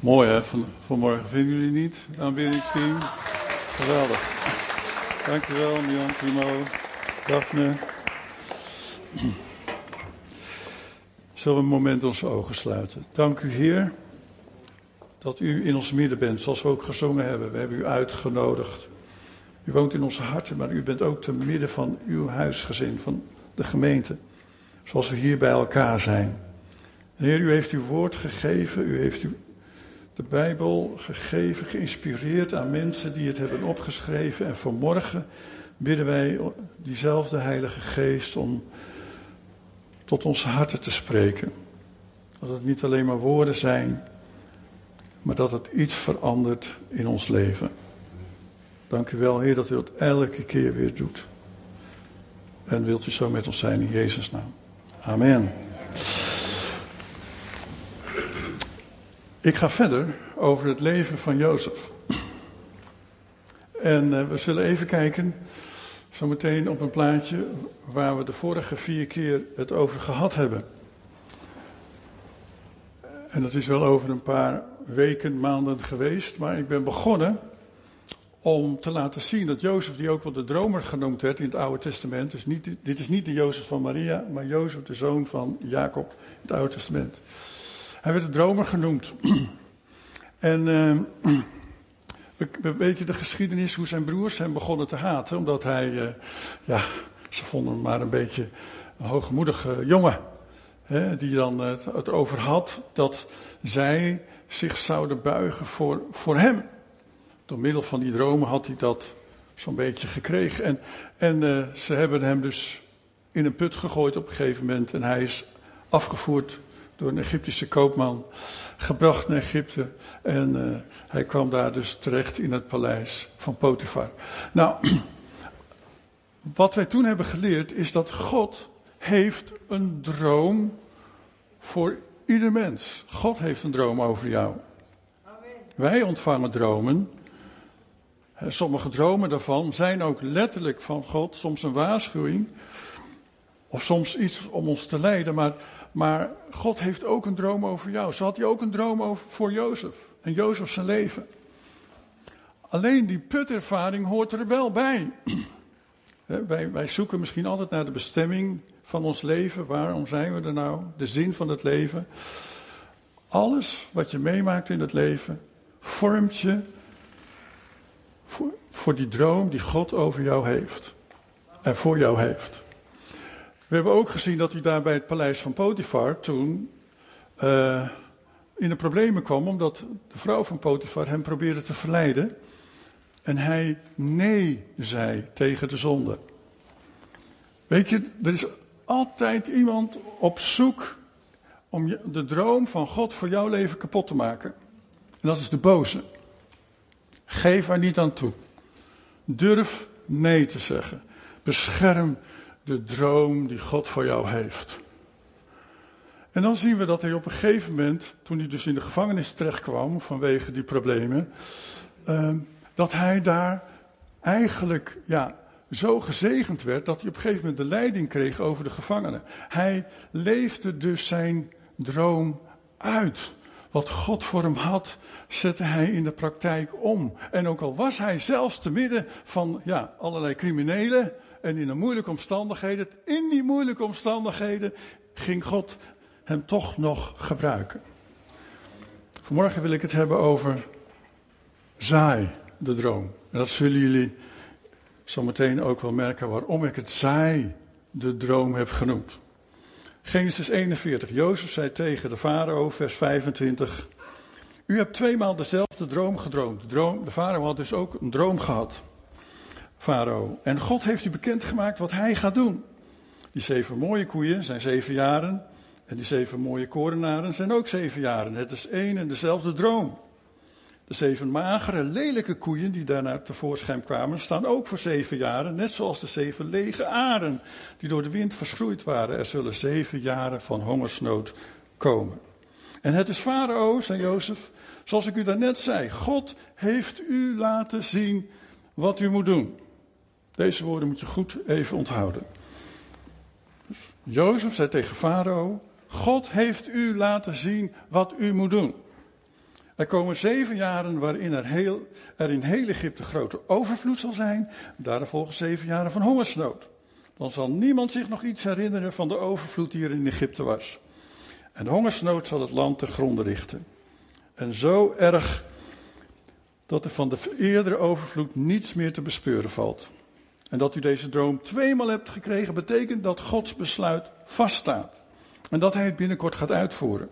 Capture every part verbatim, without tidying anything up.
Mooi hè, Van, vanmorgen vinden jullie niet? Aanbiddingsteam. Geweldig. Dankjewel Mian, Timo, Daphne. Zullen we een moment onze ogen sluiten. Dank u Heer dat u in ons midden bent, zoals we ook gezongen hebben. We hebben u uitgenodigd. U woont in onze harten, maar u bent ook te midden van uw huisgezin, van de gemeente. Zoals we hier bij elkaar zijn. En Heer, u heeft uw woord gegeven, u heeft u de Bijbel gegeven, geïnspireerd aan mensen die het hebben opgeschreven. En vanmorgen bidden wij diezelfde Heilige Geest om tot onze harten te spreken. Dat het niet alleen maar woorden zijn, maar dat het iets verandert in ons leven. Dank u wel, Heer, dat u dat elke keer weer doet. En wilt u zo met ons zijn in Jezus' naam. Amen. Ik ga verder over het leven van Jozef. En uh, we zullen even kijken, zometeen op een plaatje, waar we de vorige vier keer het over gehad hebben. En dat is wel over een paar weken, maanden geweest, maar ik ben begonnen om te laten zien dat Jozef, die ook wel de dromer genoemd werd in het Oude Testament, dus niet, dit is niet de Jozef van Maria, maar Jozef, de zoon van Jacob in het Oude Testament. Hij werd de dromer genoemd. En uh, we, we weten de geschiedenis hoe zijn broers hem begonnen te haten, omdat hij, uh, ja, ze vonden hem maar een beetje een hoogmoedige jongen. Hè, die dan uh, het over had dat zij zich zouden buigen voor, voor hem. Door middel van die dromen had hij dat zo'n beetje gekregen. En, en uh, ze hebben hem dus in een put gegooid op een gegeven moment. En hij is afgevoerd door een Egyptische koopman, gebracht naar Egypte. En uh, hij kwam daar dus terecht in het paleis van Potifar. Nou, wat wij toen hebben geleerd is dat God heeft een droom voor ieder mens. God heeft een droom over jou. Amen. Wij ontvangen dromen. Sommige dromen daarvan zijn ook letterlijk van God, soms een waarschuwing. Of soms iets om ons te leiden, maar, maar God heeft ook een droom over jou. Zo had hij ook een droom over, voor Jozef en Jozef zijn leven. Alleen die putervaring hoort er wel bij. He, wij, wij zoeken misschien altijd naar de bestemming van ons leven. Waarom zijn we er nou? De zin van het leven. Alles wat je meemaakt in het leven vormt je voor, voor die droom die God over jou heeft. En voor jou heeft. We hebben ook gezien dat hij daar bij het paleis van Potifar toen uh, in de problemen kwam. Omdat de vrouw van Potifar hem probeerde te verleiden. En hij nee zei tegen de zonde. Weet je, er is altijd iemand op zoek om de droom van God voor jouw leven kapot te maken. En dat is de boze. Geef er niet aan toe. Durf nee te zeggen. Bescherm de droom die God voor jou heeft. En dan zien we dat hij op een gegeven moment, toen hij dus in de gevangenis terechtkwam vanwege die problemen, uh, dat hij daar eigenlijk ja, zo gezegend werd dat hij op een gegeven moment de leiding kreeg over de gevangenen. Hij leefde dus zijn droom uit. Wat God voor hem had, zette hij in de praktijk om. En ook al was hij zelfs te midden van ja, allerlei criminelen en in een moeilijke omstandigheden, in die moeilijke omstandigheden ging God hem toch nog gebruiken. Vanmorgen wil ik het hebben over zaai, de droom. En dat zullen jullie zometeen ook wel merken waarom ik het zaai, de droom heb genoemd. Genesis eenenveertig. Jozef zei tegen de farao, vers vijfentwintig. U hebt tweemaal dezelfde droom gedroomd. De, droom, de farao had dus ook een droom gehad. Farao. En God heeft u bekendgemaakt wat hij gaat doen. Die zeven mooie koeien zijn zeven jaren. En die zeven mooie korenaren zijn ook zeven jaren. Het is één en dezelfde droom. De zeven magere, lelijke koeien die daarna tevoorschijn kwamen, staan ook voor zeven jaren. Net zoals de zeven lege aren die door de wind verschroeid waren. Er zullen zeven jaren van hongersnood komen. En het is Farao, zei Jozef, zoals ik u daarnet zei. God heeft u laten zien wat u moet doen. Deze woorden moet je goed even onthouden. Dus Jozef zei tegen Farao, God heeft u laten zien wat u moet doen. Er komen zeven jaren waarin er, heel, er in heel Egypte grote overvloed zal zijn. Daar volgen zeven jaren van hongersnood. Dan zal niemand zich nog iets herinneren van de overvloed die er in Egypte was. En de hongersnood zal het land te gronde richten. En zo erg dat er van de eerdere overvloed niets meer te bespeuren valt. En dat u deze droom tweemaal hebt gekregen, betekent dat Gods besluit vaststaat. En dat hij het binnenkort gaat uitvoeren.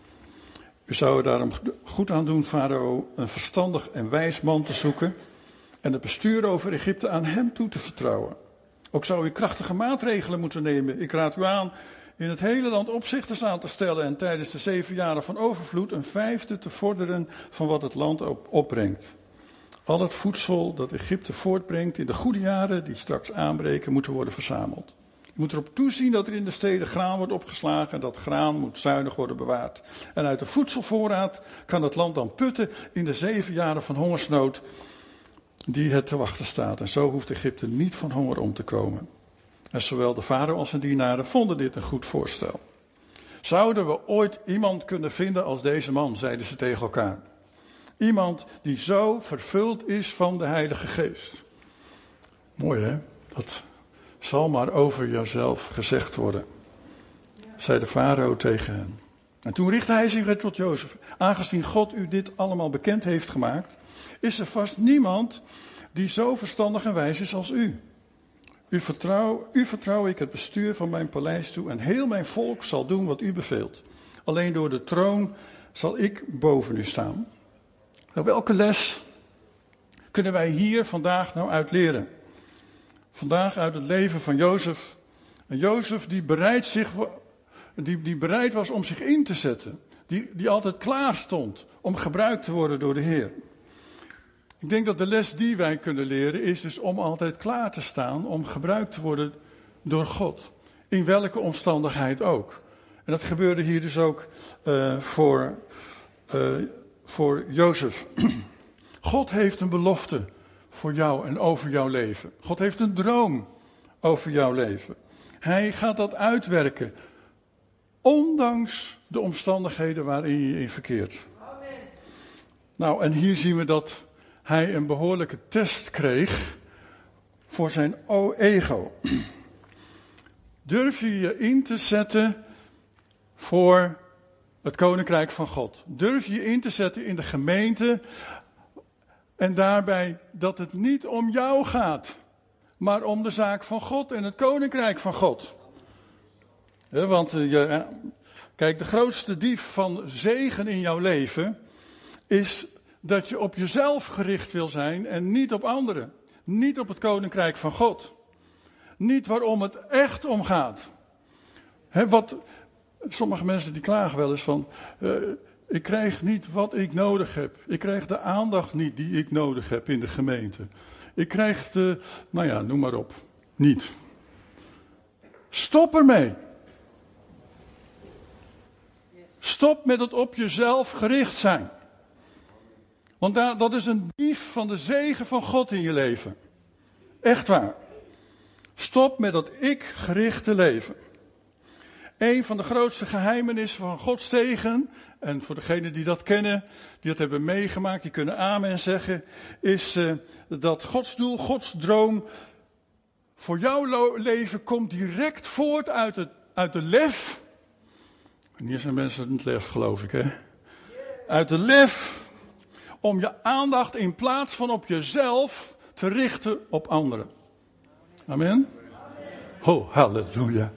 U zou er daarom goed aan doen, farao, een verstandig en wijs man te zoeken en het bestuur over Egypte aan hem toe te vertrouwen. Ook zou u krachtige maatregelen moeten nemen. Ik raad u aan in het hele land opzichters aan te stellen en tijdens de zeven jaren van overvloed een vijfde te vorderen van wat het land opbrengt. Al het voedsel dat Egypte voortbrengt in de goede jaren die straks aanbreken, moeten worden verzameld. Je moet erop toezien dat er in de steden graan wordt opgeslagen en dat graan moet zuinig worden bewaard. En uit de voedselvoorraad kan het land dan putten in de zeven jaren van hongersnood die het te wachten staat. En zo hoeft Egypte niet van honger om te komen. En zowel de farao als zijn dienaren vonden dit een goed voorstel. Zouden we ooit iemand kunnen vinden als deze man, zeiden ze tegen elkaar. Iemand die zo vervuld is van de Heilige Geest. Mooi hè, dat zal maar over jouzelf gezegd worden, zei de farao tegen hen. En toen richtte hij zich weer tot Jozef. Aangezien God u dit allemaal bekend heeft gemaakt, is er vast niemand die zo verstandig en wijs is als u. U vertrouw, u vertrouw ik het bestuur van mijn paleis toe en heel mijn volk zal doen wat u beveelt. Alleen door de troon zal ik boven u staan. Nou, welke les kunnen wij hier vandaag nou uit leren? Vandaag uit het leven van Jozef. En Jozef die bereid, zich, die, die bereid was om zich in te zetten. Die, die altijd klaar stond om gebruikt te worden door de Heer. Ik denk dat de les die wij kunnen leren is dus om altijd klaar te staan om gebruikt te worden door God. In welke omstandigheid ook. En dat gebeurde hier dus ook uh, voor, uh, voor Jozef. God heeft een belofte voor jou en over jouw leven. God heeft een droom over jouw leven. Hij gaat dat uitwerken. Ondanks de omstandigheden waarin je in verkeert. Amen. Nou, en hier zien we dat hij een behoorlijke test kreeg voor zijn ego. Durf je je in te zetten voor het koninkrijk van God? Durf je je in te zetten in de gemeente en daarbij dat het niet om jou gaat, maar om de zaak van God en het koninkrijk van God? Ja, want je, kijk, de grootste dief van zegen in jouw leven is dat je op jezelf gericht wil zijn en niet op anderen. Niet op het koninkrijk van God. Niet waarom het echt om gaat. He, wat, sommige mensen die klagen wel eens van, uh, ik krijg niet wat ik nodig heb. Ik krijg de aandacht niet die ik nodig heb in de gemeente. Ik krijg de, nou ja, noem maar op, niet. Stop ermee. Stop met het op jezelf gericht zijn. Want da- dat is een dief van de zegen van God in je leven. Echt waar. Stop met dat ik-gerichte leven. Een van de grootste geheimenissen van Gods zegen, en voor degenen die dat kennen, die dat hebben meegemaakt, die kunnen amen zeggen, is uh, dat Gods doel, Gods droom voor jouw lo- leven komt direct voort uit, het, uit de lef. En hier zijn mensen in het lef, geloof ik, hè? Uit de lef om je aandacht in plaats van op jezelf te richten op anderen. Amen? Oh, halleluja.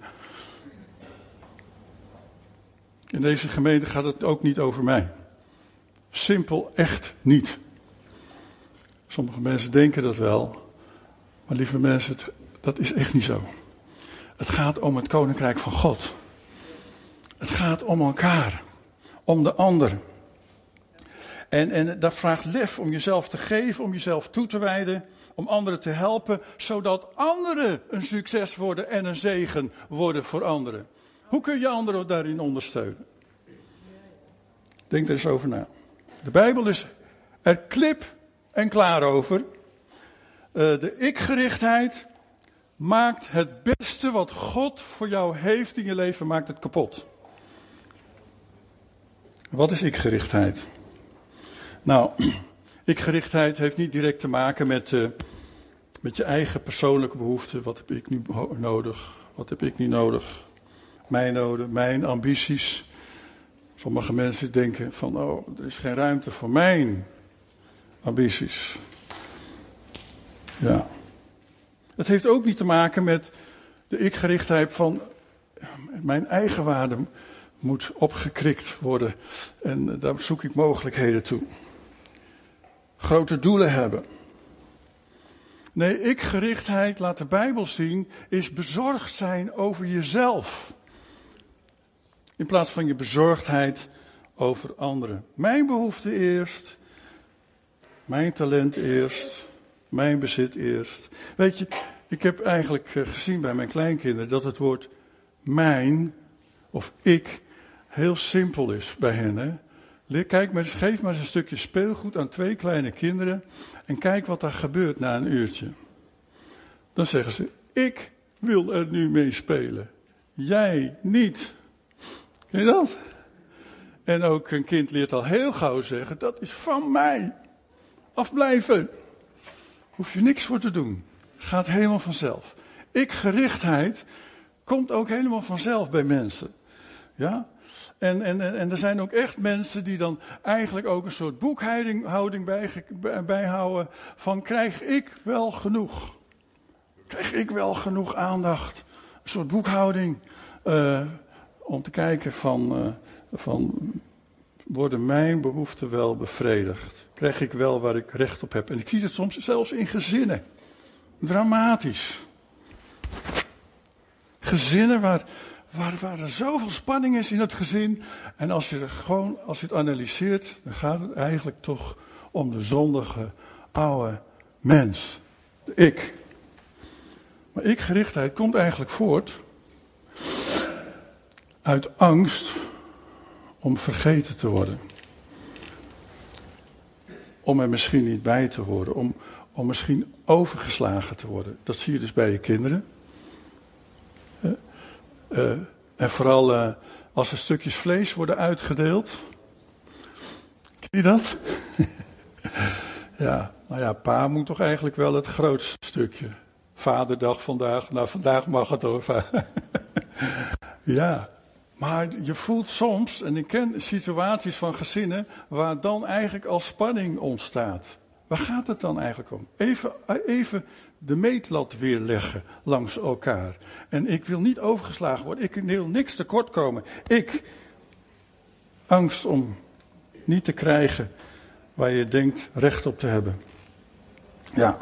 In deze gemeente gaat het ook niet over mij. Simpel, echt niet. Sommige mensen denken dat wel. Maar lieve mensen, het, dat is echt niet zo. Het gaat om het koninkrijk van God. Het gaat om elkaar. Om de ander. En, en dat vraagt lef om jezelf te geven, om jezelf toe te wijden, om anderen te helpen, zodat anderen een succes worden en een zegen worden voor anderen. Hoe kun je anderen daarin ondersteunen? Denk er eens over na. De Bijbel is er klip en klaar over. Uh, de ik-gerichtheid maakt het beste wat God voor jou heeft in je leven, maakt het kapot. Wat is ik-gerichtheid? Nou, ikgerichtheid heeft niet direct te maken met, uh, met je eigen persoonlijke behoeften. Wat heb ik nu nodig? Wat heb ik niet nodig? Mijn noden, mijn ambities. Sommige mensen denken van, oh, er is geen ruimte voor mijn ambities. Ja. Het heeft ook niet te maken met de ikgerichtheid van mijn eigen waarde moet opgekrikt worden. En daar zoek ik mogelijkheden toe. Grote doelen hebben. Nee, ikgerichtheid, laat de Bijbel zien, is bezorgd zijn over jezelf. In plaats van je bezorgdheid over anderen. Mijn behoefte eerst. Mijn talent eerst. Mijn bezit eerst. Weet je, ik heb eigenlijk gezien bij mijn kleinkinderen dat het woord mijn of ik heel simpel is bij hen. Hè? Kijk maar eens, geef maar eens een stukje speelgoed aan twee kleine kinderen en kijk wat er gebeurt na een uurtje. Dan zeggen ze, ik wil er nu mee spelen. Jij niet. Ken je dat? En ook een kind leert al heel gauw zeggen, dat is van mij. Afblijven. Hoef je niks voor te doen. Gaat helemaal vanzelf. Ikgerichtheid komt ook helemaal vanzelf bij mensen. Ja? En, en, en er zijn ook echt mensen die dan eigenlijk ook een soort boekhouding bij, bijhouden van krijg ik wel genoeg? Krijg ik wel genoeg aandacht? Een soort boekhouding uh, om te kijken van, uh, van worden mijn behoeften wel bevredigd? Krijg ik wel waar ik recht op heb? En ik zie het soms zelfs in gezinnen. Dramatisch. Gezinnen waar, waar, waar er zoveel spanning is in het gezin. En als je, er gewoon, als je het analyseert, dan gaat het eigenlijk toch om de zondige oude mens. De ik. Maar ikgerichtheid komt eigenlijk voort uit angst om vergeten te worden. Om er misschien niet bij te horen. Om, om misschien overgeslagen te worden. Dat zie je dus bij je kinderen. Uh, uh, en vooral uh, als er stukjes vlees worden uitgedeeld. Ken je dat? Ja, nou ja, pa moet toch eigenlijk wel het grootste stukje. Vaderdag vandaag. Nou, vandaag mag het hoor. Ja. Maar je voelt soms, en ik ken situaties van gezinnen, waar dan eigenlijk al spanning ontstaat. Waar gaat het dan eigenlijk om? Even, even de meetlat weer leggen langs elkaar. En ik wil niet overgeslagen worden, ik wil niks tekort komen. Ik, angst om niet te krijgen waar je denkt recht op te hebben. Ja.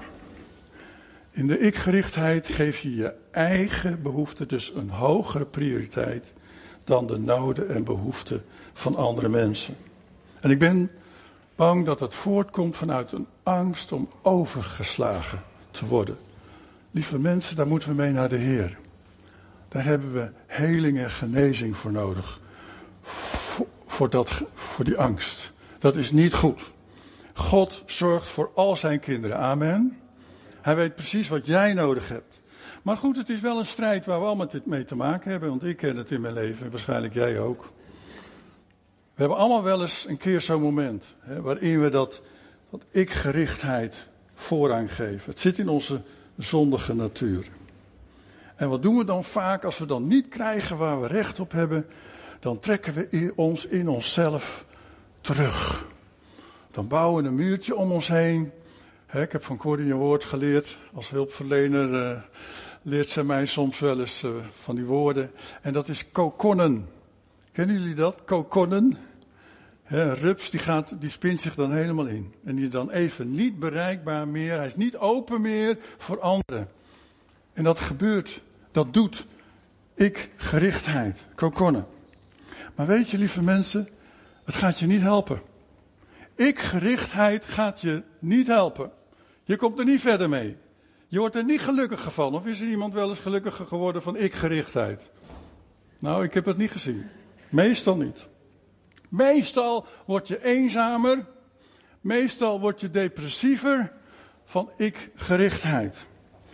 In de ikgerichtheid geef je je eigen behoeften dus een hogere prioriteit dan de noden en behoeften van andere mensen. En ik ben bang dat het voortkomt vanuit een angst om overgeslagen te worden. Lieve mensen, daar moeten we mee naar de Heer. Daar hebben we heling en genezing voor nodig. Voor, voor, dat, voor die angst. Dat is niet goed. God zorgt voor al zijn kinderen. Amen. Hij weet precies wat jij nodig hebt. Maar goed, het is wel een strijd waar we allemaal mee te maken hebben. Want ik ken het in mijn leven en waarschijnlijk jij ook. We hebben allemaal wel eens een keer zo'n moment. Hè, waarin we dat, dat ikgerichtheid voorrang geven. Het zit in onze zondige natuur. En wat doen we dan vaak als we dan niet krijgen waar we recht op hebben? Dan trekken we ons in onszelf terug. Dan bouwen we een muurtje om ons heen. Hè, ik heb van Corrie een woord geleerd. Als hulpverlener uh, leert zij mij soms wel eens uh, van die woorden. En dat is kokonnen. Kennen jullie dat? Kokonnen. Een rups die, gaat, die spint zich dan helemaal in. En die is dan even niet bereikbaar meer. Hij is niet open meer voor anderen. En dat gebeurt. Dat doet ikgerichtheid. Kokonnen. Maar weet je, lieve mensen, het gaat je niet helpen. Ikgerichtheid gaat je niet helpen. Je komt er niet verder mee. Je wordt er niet gelukkiger van. Of is er iemand wel eens gelukkiger geworden van ikgerichtheid? Nou, ik heb het niet gezien. Meestal niet. Meestal word je eenzamer. Meestal word je depressiever van ikgerichtheid.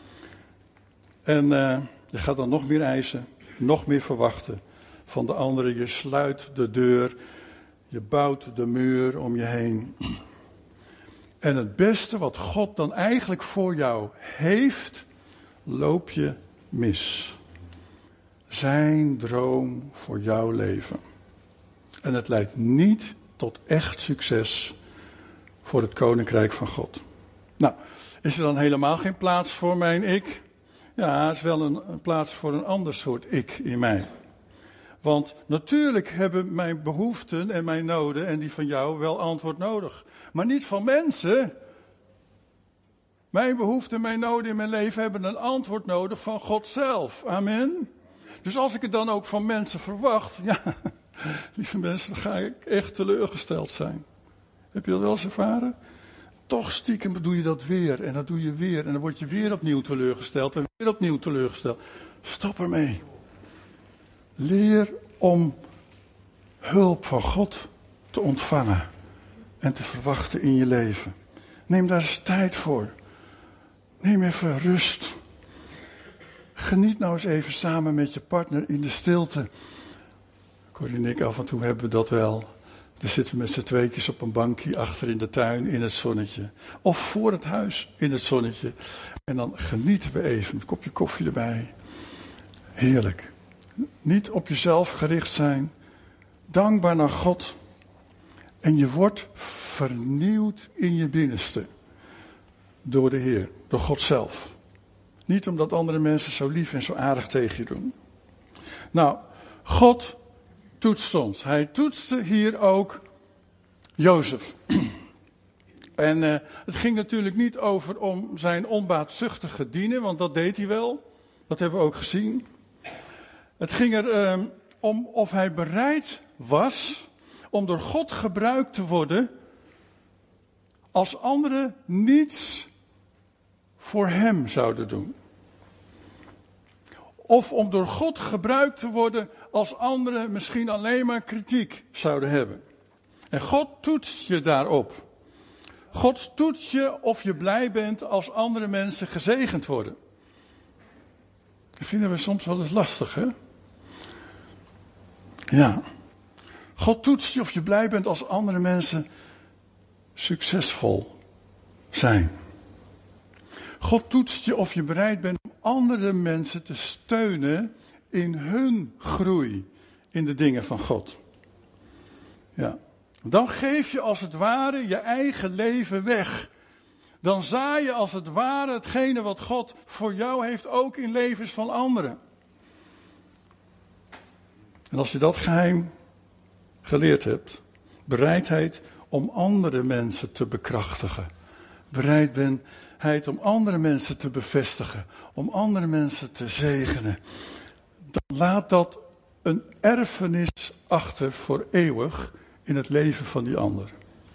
En uh, je gaat dan nog meer eisen, nog meer verwachten van de anderen. Je sluit de deur, je bouwt de muur om je heen. En het beste wat God dan eigenlijk voor jou heeft, loop je mis. Zijn droom voor jouw leven. En het leidt niet tot echt succes voor het koninkrijk van God. Nou, is er dan helemaal geen plaats voor mijn ik? Ja, er is wel een, een plaats voor een ander soort ik in mij. Want natuurlijk hebben mijn behoeften en mijn noden en die van jou wel antwoord nodig. Maar niet van mensen. Mijn behoeften en mijn noden in mijn leven hebben een antwoord nodig van God zelf. Amen. Dus als ik het dan ook van mensen verwacht, ja, lieve mensen, dan ga ik echt teleurgesteld zijn. Heb je dat wel eens ervaren? Toch stiekem doe je dat weer en dat doe je weer en dan word je weer opnieuw teleurgesteld en weer opnieuw teleurgesteld. Stop ermee. Leer om hulp van God te ontvangen en te verwachten in je leven. Neem daar eens tijd voor. Neem even rust. Geniet nou eens even samen met je partner in de stilte. Corrie en ik, af en toe hebben we dat wel. Dan zitten we met z'n tweetjes op een bankje achter in de tuin in het zonnetje. Of voor het huis in het zonnetje. En dan genieten we even. Een kopje koffie erbij. Heerlijk. Niet op jezelf gericht zijn. Dankbaar naar God. En je wordt vernieuwd in je binnenste. Door de Heer. Door God zelf. Niet omdat andere mensen zo lief en zo aardig tegen je doen. Nou, God toetst ons. Hij toetste hier ook Jozef. En uh, het ging natuurlijk niet over om zijn onbaatzuchtige dienen, want dat deed hij wel. Dat hebben we ook gezien. Het ging er um, om of hij bereid was om door God gebruikt te worden als anderen niets voor hem zouden doen. Of om door God gebruikt te worden als anderen misschien alleen maar kritiek zouden hebben. En God toetst je daarop. God toetst je of je blij bent als andere mensen gezegend worden. Dat vinden we soms wel eens lastig, hè? Ja. God toetst je of je blij bent als andere mensen succesvol zijn. God toetst je of je bereid bent om andere mensen te steunen in hun groei in de dingen van God. Ja. Dan geef je als het ware je eigen leven weg. Dan zaai je als het ware hetgene wat God voor jou heeft ook in levens van anderen. En als je dat geheim geleerd hebt, bereidheid om andere mensen te bekrachtigen. Bereid ben om andere mensen te bevestigen, om andere mensen te zegenen. Dan laat dat een erfenis achter voor eeuwig in het leven van die ander.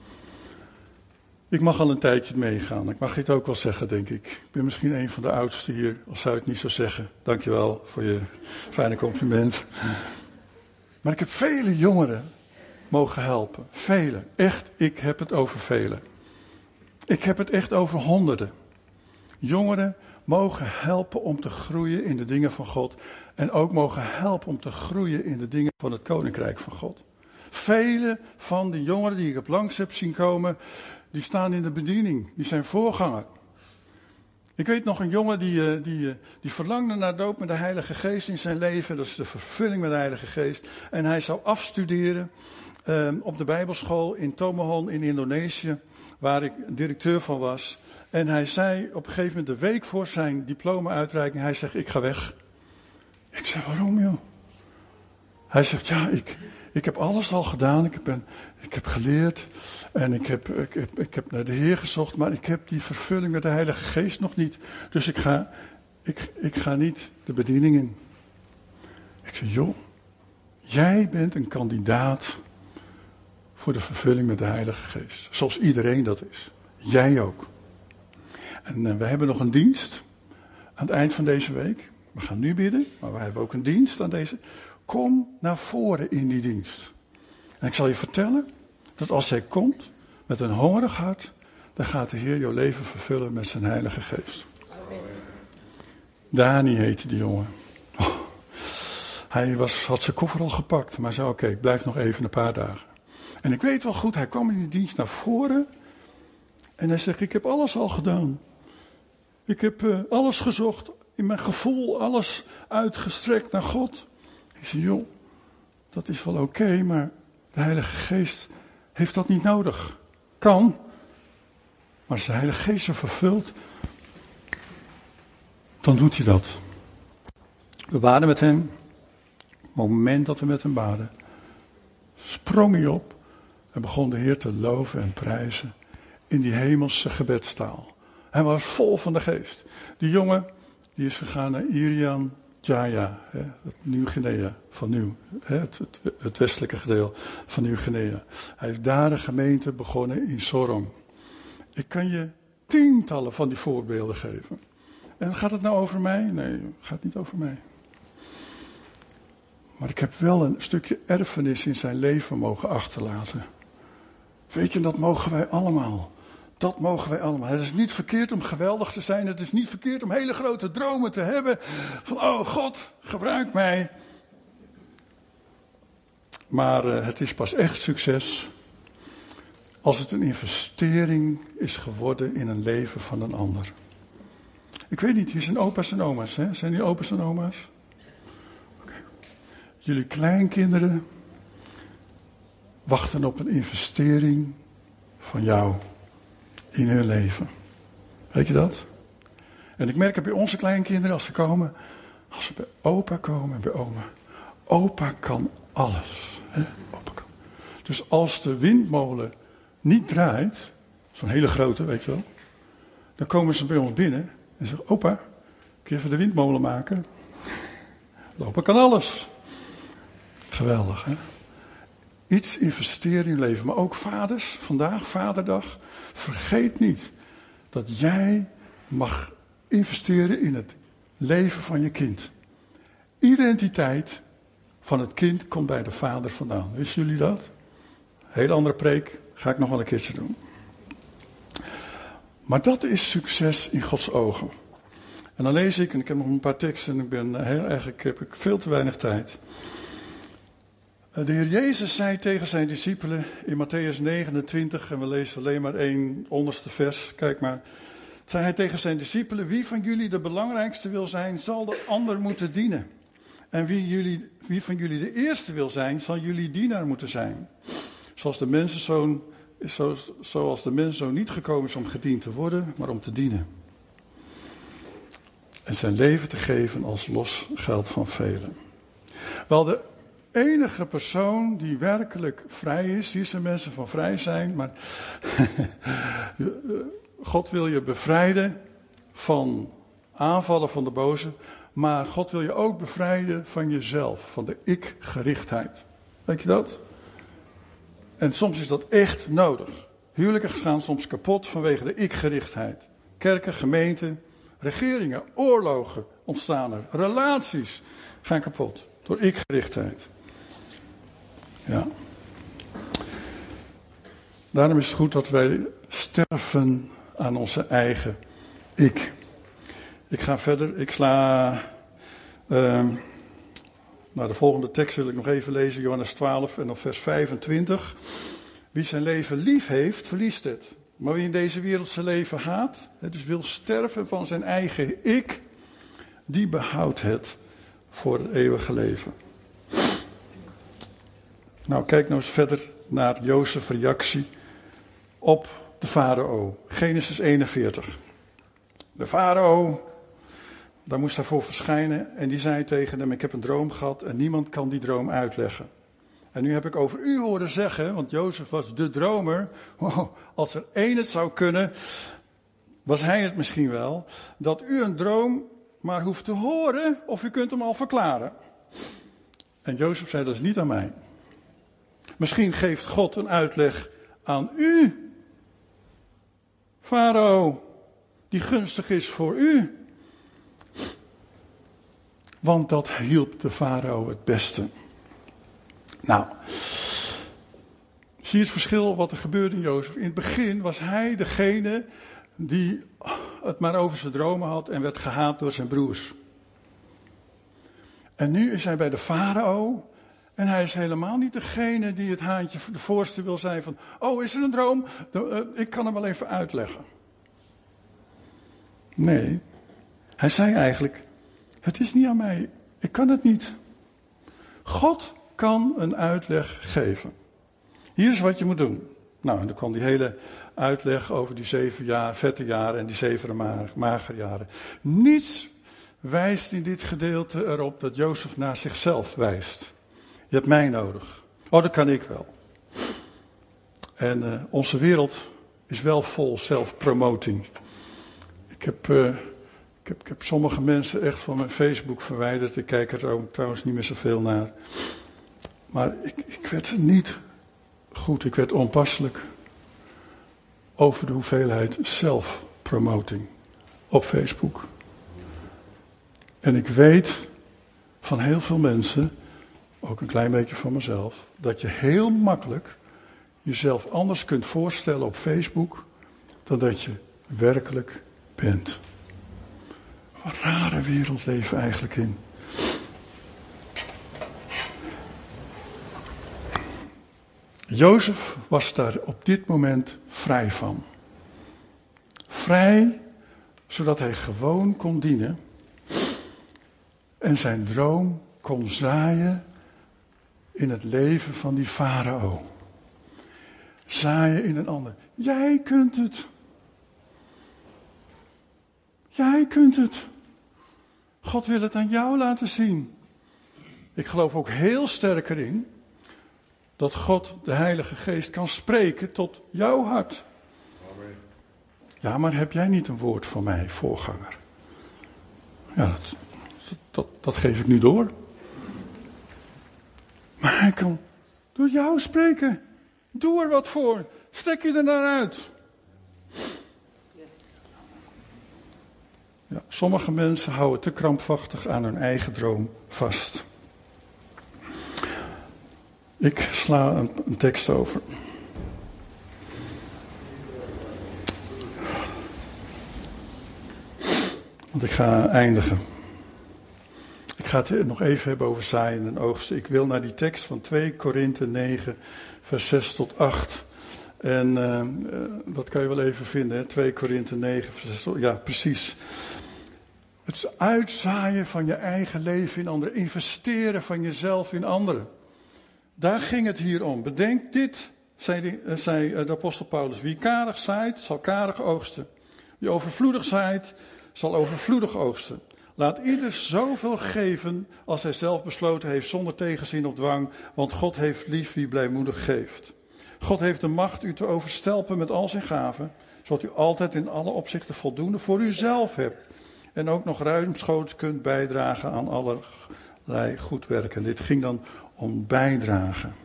Ik mag al een tijdje meegaan. Ik mag dit ook wel zeggen, denk ik. Ik ben misschien een van de oudsten hier, al zou ik het niet zo zeggen. Dankjewel voor je fijne compliment. Maar ik heb vele jongeren mogen helpen. Vele. Echt, ik heb het over vele. Ik heb het echt over honderden. Jongeren mogen helpen om te groeien in de dingen van God. En ook mogen helpen om te groeien in de dingen van het Koninkrijk van God. Vele van die jongeren die ik op langs heb zien komen, die staan in de bediening. Die zijn voorganger. Ik weet nog een jongen die, die, die verlangde naar doop met de Heilige Geest in zijn leven. Dat is de vervulling met de Heilige Geest. En hij zou afstuderen um, op de Bijbelschool in Tomohon in Indonesië, waar ik directeur van was. En hij zei op een gegeven moment, de week voor zijn diploma-uitreiking, hij zegt, ik ga weg. Ik zei, waarom joh? Hij zegt, ja, ik, ik heb alles al gedaan. Ik, ben, ik heb geleerd en ik heb, ik, heb, ik heb naar de Heer gezocht, maar ik heb die vervulling met de Heilige Geest nog niet. Dus ik ga, ik, ik ga niet de bediening in. Ik zei, joh, jij bent een kandidaat voor de vervulling met de Heilige Geest. Zoals iedereen dat is. Jij ook. En uh, we hebben nog een dienst aan het eind van deze week. We gaan nu bidden, maar we hebben ook een dienst aan deze. Kom naar voren in die dienst. En ik zal je vertellen dat als jij komt met een hongerig hart, dan gaat de Heer jouw leven vervullen met zijn Heilige Geest. Amen. Dani heette die jongen. Oh, hij was, had zijn koffer al gepakt, maar zei oké, okay, ik blijf nog even een paar dagen. En ik weet wel goed, hij kwam in die dienst naar voren En hij zegt, ik heb alles al gedaan. Ik heb uh, alles gezocht, in mijn gevoel, alles uitgestrekt naar God. Ik zeg, joh, dat is wel oké, okay, maar de Heilige Geest heeft dat niet nodig. Kan, maar als de Heilige Geest er vervult, dan doet hij dat. We baden met hem. Op het moment dat we met hem baden, sprong hij op en begon de Heer te loven en prijzen in die hemelse gebedstaal. Hij was vol van de Geest. Die jongen, die is gegaan naar Irian Jaya, hè, het Nieuw-Guinea, van Nieuw, hè, het, het, het westelijke gedeelte van Nieuw-Guinea. Hij heeft daar een gemeente begonnen in Sorong. Ik kan je tientallen van die voorbeelden geven. En gaat het nou over mij? Nee, het gaat niet over mij. Maar ik heb wel een stukje erfenis in zijn leven mogen achterlaten. Weet je, dat mogen wij allemaal. Dat mogen wij allemaal. Het is niet verkeerd om geweldig te zijn. Het is niet verkeerd om hele grote dromen te hebben. Van, oh God, gebruik mij. Maar uh, het is pas echt succes als het een investering is geworden in een leven van een ander. Ik weet niet, hier zijn opa's en oma's. Hè? Zijn die opa's en oma's? Okay. Jullie kleinkinderen wachten op een investering van jou in hun leven. Weet je dat? En ik merk het bij onze kleinkinderen als ze komen, als ze bij opa komen en bij oma. Opa kan alles. Hè? Opa kan. Dus als de windmolen niet draait, zo'n hele grote, weet je wel, dan komen ze bij ons binnen en zeggen, opa, kun je even de windmolen maken? Opa kan alles. Geweldig, hè? Iets investeren in je leven. Maar ook vaders, vandaag, vaderdag. Vergeet niet dat jij mag investeren in het leven van je kind. Identiteit van het kind komt bij de vader vandaan. Wisten jullie dat? Hele andere preek, ga ik nog wel een keertje doen. Maar dat is succes in Gods ogen. En dan lees ik, en ik heb nog een paar teksten en ik ben heel eigenlijk heb ik veel te weinig tijd. De Heer Jezus zei tegen zijn discipelen in Matthäus negenentwintig, en we lezen alleen maar één onderste vers, kijk maar. Zei hij tegen zijn discipelen, wie van jullie de belangrijkste wil zijn, zal de ander moeten dienen. En wie, jullie, wie van jullie de eerste wil zijn, zal jullie dienaar moeten zijn. Zoals de mensenzoon, zoals, zoals de mensenzoon niet gekomen is om gediend te worden, maar om te dienen. En zijn leven te geven als los geld van velen. Wel, de enige persoon die werkelijk vrij is, hier zijn mensen van vrij zijn, maar God wil je bevrijden van aanvallen van de boze, maar God wil je ook bevrijden van jezelf, van de ik-gerichtheid. Weet je dat? En soms is dat echt nodig. Huwelijken gaan soms kapot vanwege de ik-gerichtheid. Kerken, gemeenten, regeringen, oorlogen ontstaan er. Relaties gaan kapot door ik-gerichtheid. Ja. Daarom is het goed dat wij sterven aan onze eigen ik. Ik ga verder. Ik sla... Uh, nou, de volgende tekst wil ik nog even lezen. Johannes twaalf en dan vers vijfentwintig. Wie zijn leven lief heeft, verliest het. Maar wie in deze wereld zijn leven haat, dus wil sterven van zijn eigen ik, die behoudt het voor het eeuwige leven. Nou, kijk nou eens verder naar Jozefs reactie op de farao. Genesis eenenveertig. De farao, daar moest hij voor verschijnen en die zei tegen hem, ik heb een droom gehad en niemand kan die droom uitleggen. En nu heb ik over u horen zeggen, want Jozef was de dromer. Wow, als er één het zou kunnen, was hij het misschien wel. Dat u een droom maar hoeft te horen of u kunt hem al verklaren. En Jozef zei, dat is niet aan mij. Misschien geeft God een uitleg aan u, farao, die gunstig is voor u. Want dat hielp de farao het beste. Nou, zie je het verschil wat er gebeurde in Jozef. In het begin was hij degene die het maar over zijn dromen had en werd gehaat door zijn broers. En nu is hij bij de farao En hij is helemaal niet degene die het haantje de voorste wil zijn van, oh, is er een droom? Ik kan hem wel even uitleggen. Nee, hij zei eigenlijk, het is niet aan mij, ik kan het niet. God kan een uitleg geven. Hier is wat je moet doen. Nou, en dan kwam die hele uitleg over die zeven jaar, vette jaren en die zeven magere jaren. Niets wijst in dit gedeelte erop dat Jozef naar zichzelf wijst. Je hebt mij nodig. Oh, dat kan ik wel. En uh, onze wereld is wel vol self-promoting. Ik heb, uh, ik, heb, ik heb sommige mensen echt van mijn Facebook verwijderd. Ik kijk er ook trouwens niet meer zoveel naar. Maar ik, ik werd niet goed, ik werd onpasselijk over de hoeveelheid self-promoting op Facebook. En ik weet van heel veel mensen, ook een klein beetje van mezelf, dat je heel makkelijk jezelf anders kunt voorstellen op Facebook dan dat je werkelijk bent. Wat een rare wereld leven we eigenlijk in. Jozef was daar op dit moment vrij van. Vrij, zodat hij gewoon kon dienen en zijn droom kon zaaien in het leven van die farao. Zaaien in een ander. Jij kunt het. Jij kunt het. God wil het aan jou laten zien. Ik geloof ook heel sterk erin dat God, de Heilige Geest, kan spreken tot jouw hart. Amen. Ja, maar heb jij niet een woord voor mij, voorganger? Ja, dat, dat, dat geef ik nu door. Maar hij kan door jou spreken. Doe er wat voor. Stek je er naar uit. Ja, sommige mensen houden te krampachtig aan hun eigen droom vast. Ik sla een, een tekst over. Want ik ga eindigen. Ik ga het nog even hebben over zaaien en oogsten. Ik wil naar die tekst van twee Korinthe negen, vers zes tot acht. En uh, dat kan je wel even vinden, hè? twee Korinthe negen, vers zes tot acht. Ja, precies. Het uitzaaien van je eigen leven in anderen. Investeren van jezelf in anderen. Daar ging het hier om. Bedenk dit, zei de, zei de apostel Paulus. Wie karig zaait, zal karig oogsten. Wie overvloedig zaait, zal overvloedig oogsten. Laat ieder zoveel geven als hij zelf besloten heeft, zonder tegenzin of dwang. Want God heeft lief wie blijmoedig geeft. God heeft de macht u te overstelpen met al zijn gaven, zodat u altijd in alle opzichten voldoende voor uzelf hebt. En ook nog ruimschoots kunt bijdragen aan allerlei goed werken. Dit ging dan om bijdragen.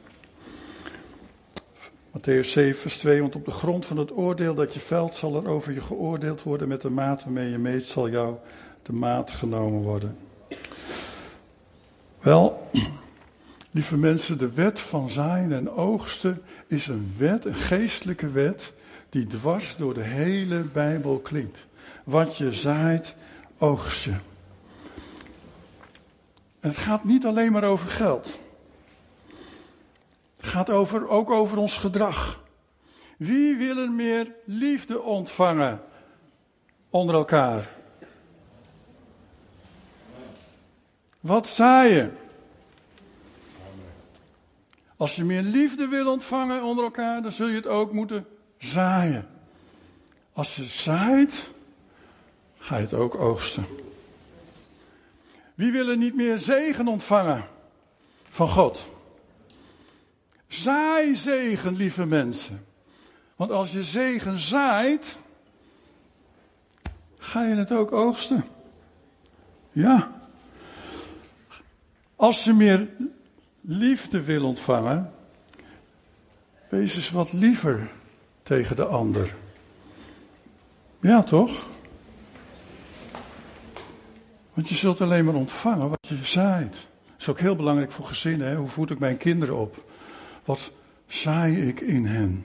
Mattheüs zeven, vers twee. Want op de grond van het oordeel dat je velt, zal er over je geoordeeld worden. Met de maat waarmee je meet, zal jou de maat genomen worden. Wel, lieve mensen, de wet van zaaien en oogsten is een wet, een geestelijke wet, die dwars door de hele Bijbel klinkt. Wat je zaait, oogst je. En het gaat niet alleen maar over geld. Het gaat over, ook over ons gedrag. Wie wil er meer liefde ontvangen onder elkaar? Wat zaai je? Als je meer liefde wil ontvangen onder elkaar, dan zul je het ook moeten zaaien. Als je zaait, ga je het ook oogsten. Wie wil er niet meer zegen ontvangen van God? Zaai zegen, lieve mensen. Want als je zegen zaait, ga je het ook oogsten. Ja. Als je meer liefde wil ontvangen, wees eens wat liever tegen de ander. Ja, toch? Want je zult alleen maar ontvangen wat je zaait. Dat is ook heel belangrijk voor gezinnen. Hè? Hoe voed ik mijn kinderen op? Wat zaai ik in hen?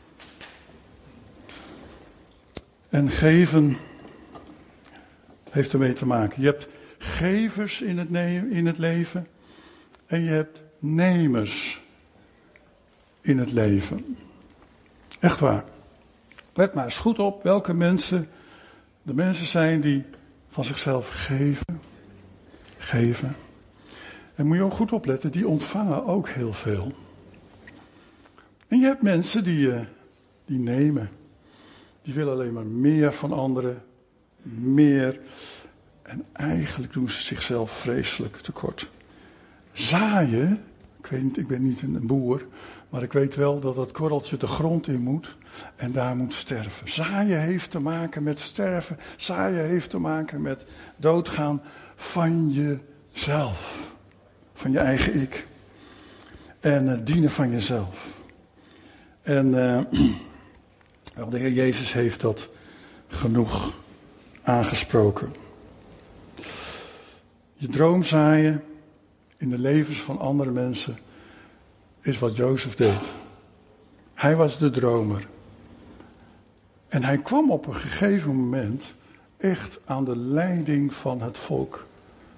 En geven heeft ermee te maken. Je hebt gevers in het, ne- in het leven en je hebt nemers in het leven. Echt waar. Let maar eens goed op welke mensen de mensen zijn die van zichzelf geven. Geven. En moet je ook goed opletten, die ontvangen ook heel veel. En je hebt mensen die, uh, die nemen. Die willen alleen maar meer van anderen. Meer. En eigenlijk doen ze zichzelf vreselijk tekort. Zaaien, ik weet niet, ik ben niet een boer, maar ik weet wel dat dat korreltje de grond in moet en daar moet sterven. Zaaien heeft te maken met sterven. Zaaien heeft te maken met doodgaan van jezelf. Van je eigen ik. En uh, dienen van jezelf. En uh, wel, de Heer Jezus heeft dat genoeg aangesproken. Je droom zaaien in de levens van andere mensen is wat Jozef deed. Hij was de dromer. En hij kwam op een gegeven moment echt aan de leiding van het volk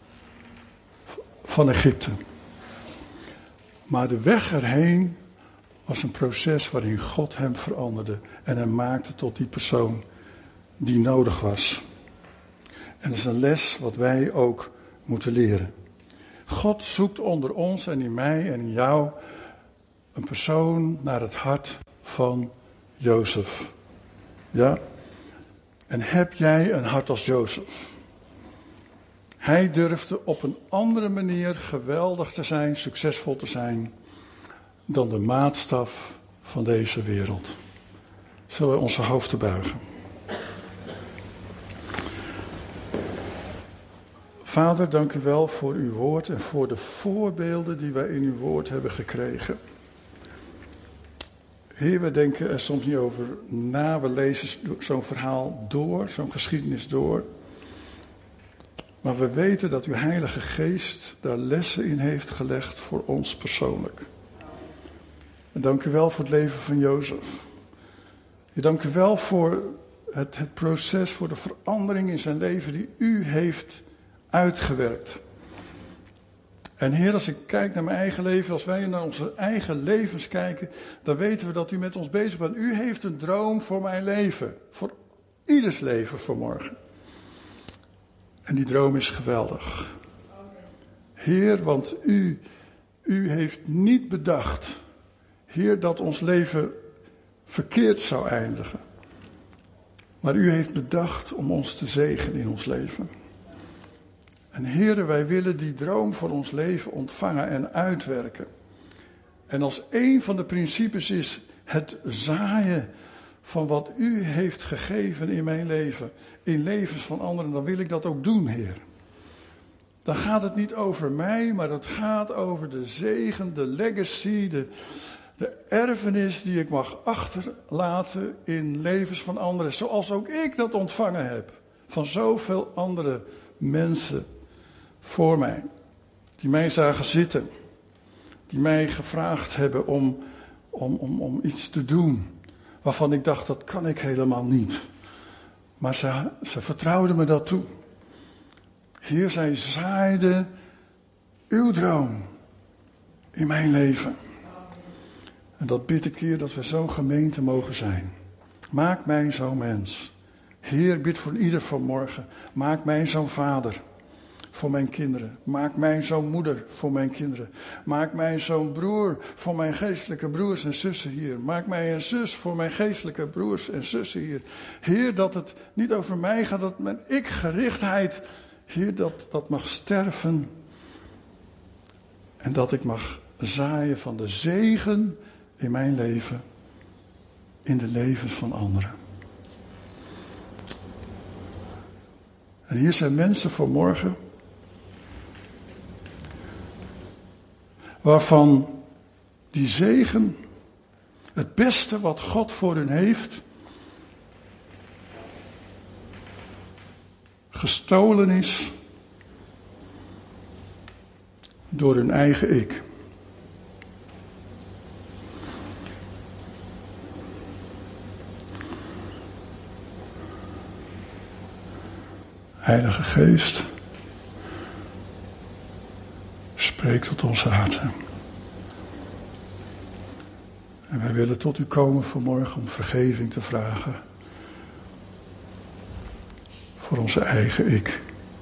van Egypte. Maar de weg erheen was een proces waarin God hem veranderde en hem maakte tot die persoon die nodig was. En dat is een les wat wij ook moeten leren. God zoekt onder ons en in mij en in jou een persoon naar het hart van Jozef. Ja? En heb jij een hart als Jozef? Hij durfde op een andere manier geweldig te zijn, succesvol te zijn, dan de maatstaf van deze wereld. Zullen we onze hoofden buigen? Vader, dank u wel voor uw woord en voor de voorbeelden die wij in uw woord hebben gekregen. Heer, we denken er soms niet over na, we lezen zo'n verhaal door, zo'n geschiedenis door. Maar we weten dat uw Heilige Geest daar lessen in heeft gelegd voor ons persoonlijk. En dank u wel voor het leven van Jozef. Ik dank u wel voor het, het proces, voor de verandering in zijn leven die u heeft uitgewerkt. En Heer, als ik kijk naar mijn eigen leven, als wij naar onze eigen levens kijken, dan weten we dat u met ons bezig bent. U heeft een droom voor mijn leven, voor ieders leven voor morgen. En die droom is geweldig. Heer, want u, u heeft niet bedacht, Heer, dat ons leven verkeerd zou eindigen. Maar u heeft bedacht om ons te zegenen in ons leven. En Heere, wij willen die droom voor ons leven ontvangen en uitwerken. En als een van de principes is het zaaien van wat u heeft gegeven in mijn leven, in levens van anderen, dan wil ik dat ook doen, Heer. Dan gaat het niet over mij, maar het gaat over de zegen, de legacy, de, de erfenis die ik mag achterlaten in levens van anderen. Zoals ook ik dat ontvangen heb van zoveel andere mensen voor mij. Die mij zagen zitten. Die mij gevraagd hebben om, om, om, om iets te doen. Waarvan ik dacht, dat kan ik helemaal niet. Maar ze, ze vertrouwden me dat toe. Heer, zij zaaiden uw droom in mijn leven. En dat bid ik, Heer, dat we zo'n gemeente mogen zijn. Maak mij zo'n mens. Heer, bid voor ieder vanmorgen. Maak mij zo'n vader voor mijn kinderen. Maak mij zo'n moeder voor mijn kinderen. Maak mij zo'n broer voor mijn geestelijke broers en zussen hier. Maak mij een zus voor mijn geestelijke broers en zussen hier. Heer, dat het niet over mij gaat, dat mijn ik-gerichtheid, Heer, dat dat mag sterven. En dat ik mag zaaien van de zegen in mijn leven, in de levens van anderen. En hier zijn mensen voor morgen waarvan die zegen, het beste wat God voor hun heeft, gestolen is door hun eigen ik. Heilige Geest, spreek tot onze harten. En wij willen tot u komen vanmorgen om vergeving te vragen. Voor onze eigen ik.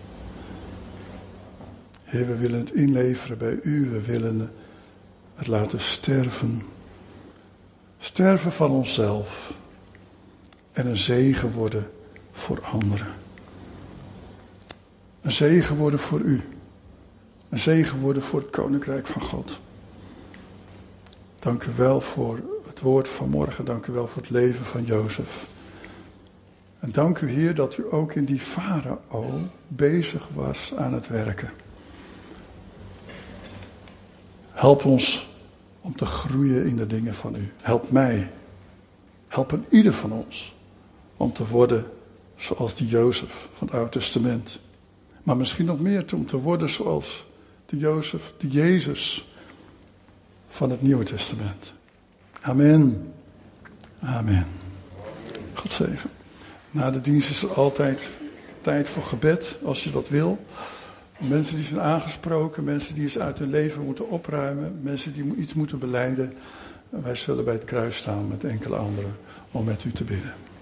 Heer, we willen het inleveren bij u. We willen het laten sterven. Sterven van onszelf. En een zegen worden voor anderen. Een zegen worden voor u. Een zegen worden voor het Koninkrijk van God. Dank u wel voor het woord van morgen. Dank u wel voor het leven van Jozef. En dank u, Heer, dat u ook in die farao bezig was aan het werken. Help ons om te groeien in de dingen van u. Help mij. Help een ieder van ons om te worden zoals die Jozef van het Oude Testament. Maar misschien nog meer om te worden zoals de Jozef, de Jezus van het Nieuwe Testament. Amen. Amen. God zegen. Na de dienst is er altijd tijd voor gebed, als je dat wil. Mensen die zijn aangesproken, mensen die eens uit hun leven moeten opruimen, mensen die iets moeten belijden. Wij zullen bij het kruis staan met enkele anderen om met u te bidden.